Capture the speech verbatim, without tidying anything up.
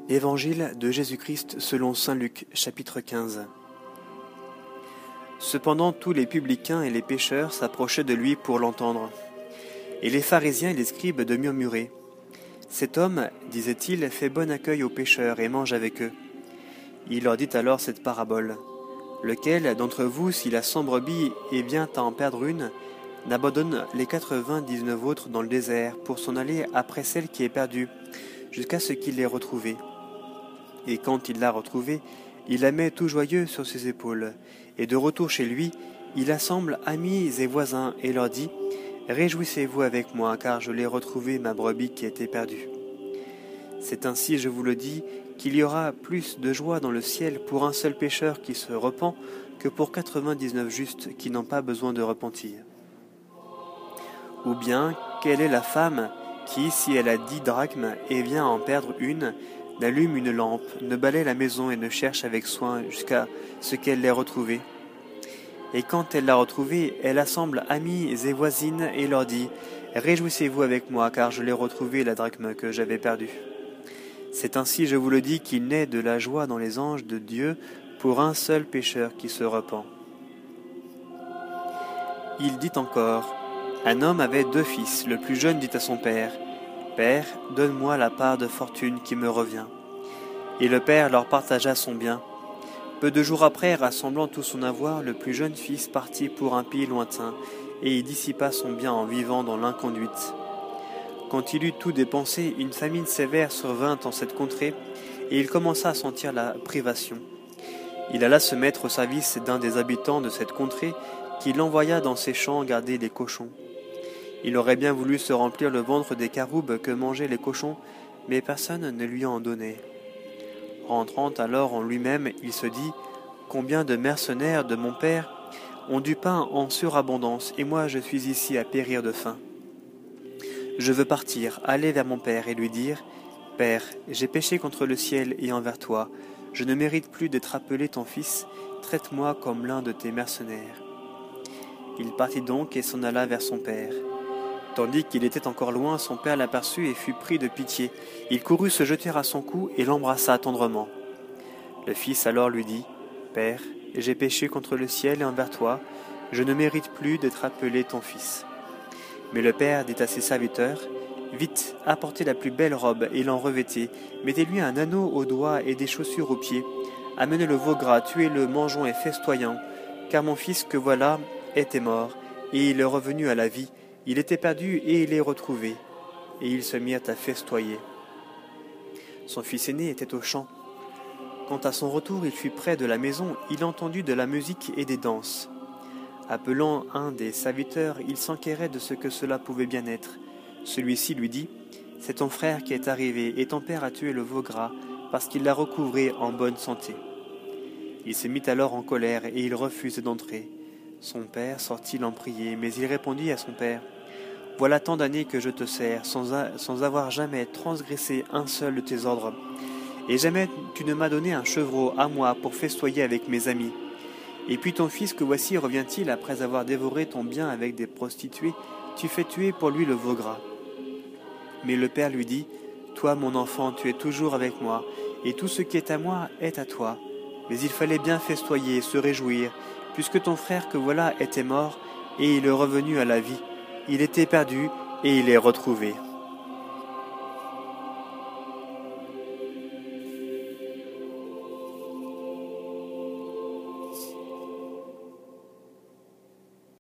Évangile de Jésus-Christ selon saint Luc, chapitre quinze. Cependant tous les publicains et les pécheurs s'approchaient de lui pour l'entendre. Et les pharisiens et les scribes de murmurer. Cet homme, disait-il, fait bon accueil aux pécheurs et mange avec eux. Il leur dit alors cette parabole. Lequel d'entre vous, s'il a cent brebis et vient à en perdre une, n'abandonne les quatre-vingt-dix-neuf autres dans le désert pour s'en aller après celle qui est perdue, jusqu'à ce qu'il l'ait retrouvée. Et quand il l'a retrouvée, il la met tout joyeux sur ses épaules, et de retour chez lui, il assemble amis et voisins et leur dit « Réjouissez-vous avec moi, car je l'ai retrouvée, ma brebis qui était perdue. » C'est ainsi, je vous le dis, qu'il y aura plus de joie dans le ciel pour un seul pécheur qui se repent que pour quatre-vingt-dix-neuf justes qui n'ont pas besoin de repentir. Ou bien, quelle est la femme qui, si elle a dix drachmes et vient à en perdre une, n'allume une lampe, ne balaie la maison et ne cherche avec soin jusqu'à ce qu'elle l'ait retrouvée. Et quand elle l'a retrouvée, elle assemble amis et voisines et leur dit « Réjouissez-vous avec moi, car je l'ai retrouvée, la drachme que j'avais perdue. » C'est ainsi, je vous le dis, qu'il naît de la joie dans les anges de Dieu pour un seul pécheur qui se repent. Il dit encore « Un homme avait deux fils. Le plus jeune dit à son père « Père, donne-moi la part de fortune qui me revient. » Et le père leur partagea son bien. Peu de jours après, rassemblant tout son avoir, le plus jeune fils partit pour un pays lointain, et y dissipa son bien en vivant dans l'inconduite. Quand il eut tout dépensé, une famine sévère survint en cette contrée, et il commença à sentir la privation. Il alla se mettre au service d'un des habitants de cette contrée, qui l'envoya dans ses champs garder les cochons. Il aurait bien voulu se remplir le ventre des caroubes que mangeaient les cochons, mais personne ne lui en donnait. Rentrant alors en lui-même, il se dit « Combien de mercenaires de mon père ont du pain en surabondance, et moi je suis ici à périr de faim. Je veux partir, aller vers mon père et lui dire « Père, j'ai péché contre le ciel et envers toi, je ne mérite plus d'être appelé ton fils, traite-moi comme l'un de tes mercenaires. » Il partit donc et s'en alla vers son père. Tandis qu'il était encore loin, son père l'aperçut et fut pris de pitié. Il courut se jeter à son cou et l'embrassa tendrement. Le fils alors lui dit « Père, j'ai péché contre le ciel et envers toi, je ne mérite plus d'être appelé ton fils. » Mais le père dit à ses serviteurs « Vite, apportez la plus belle robe et l'en revêtez, mettez-lui un anneau au doigt et des chaussures aux pieds, amenez le veau gras, tuez-le, mangeons et festoyons, car mon fils que voilà était mort, et il est revenu à la vie. Il était perdu et il est retrouvé. » Et ils se mirent à festoyer. Son fils aîné était au champ. Quand à son retour il fut près de la maison, il entendit de la musique et des danses. Appelant un des serviteurs, il s'enquérait de ce que cela pouvait bien être. Celui-ci lui dit « C'est ton frère qui est arrivé, et ton père a tué le veau gras, parce qu'il l'a recouvré en bonne santé. » Il se mit alors en colère, et il refusait d'entrer. Son père sortit l'en prier, mais il répondit à son père « Voilà tant d'années que je te sers, sans, a, sans avoir jamais transgressé un seul de tes ordres. Et jamais tu ne m'as donné un chevreau à moi pour festoyer avec mes amis. Et puis ton fils que voici revient-il après avoir dévoré ton bien avec des prostituées, tu fais tuer pour lui le veau gras. » Mais le père lui dit « Toi, mon enfant, tu es toujours avec moi, et tout ce qui est à moi est à toi. Mais il fallait bien festoyer, se réjouir, puisque ton frère que voilà était mort, et il est revenu à la vie. Il était perdu, et il est retrouvé. »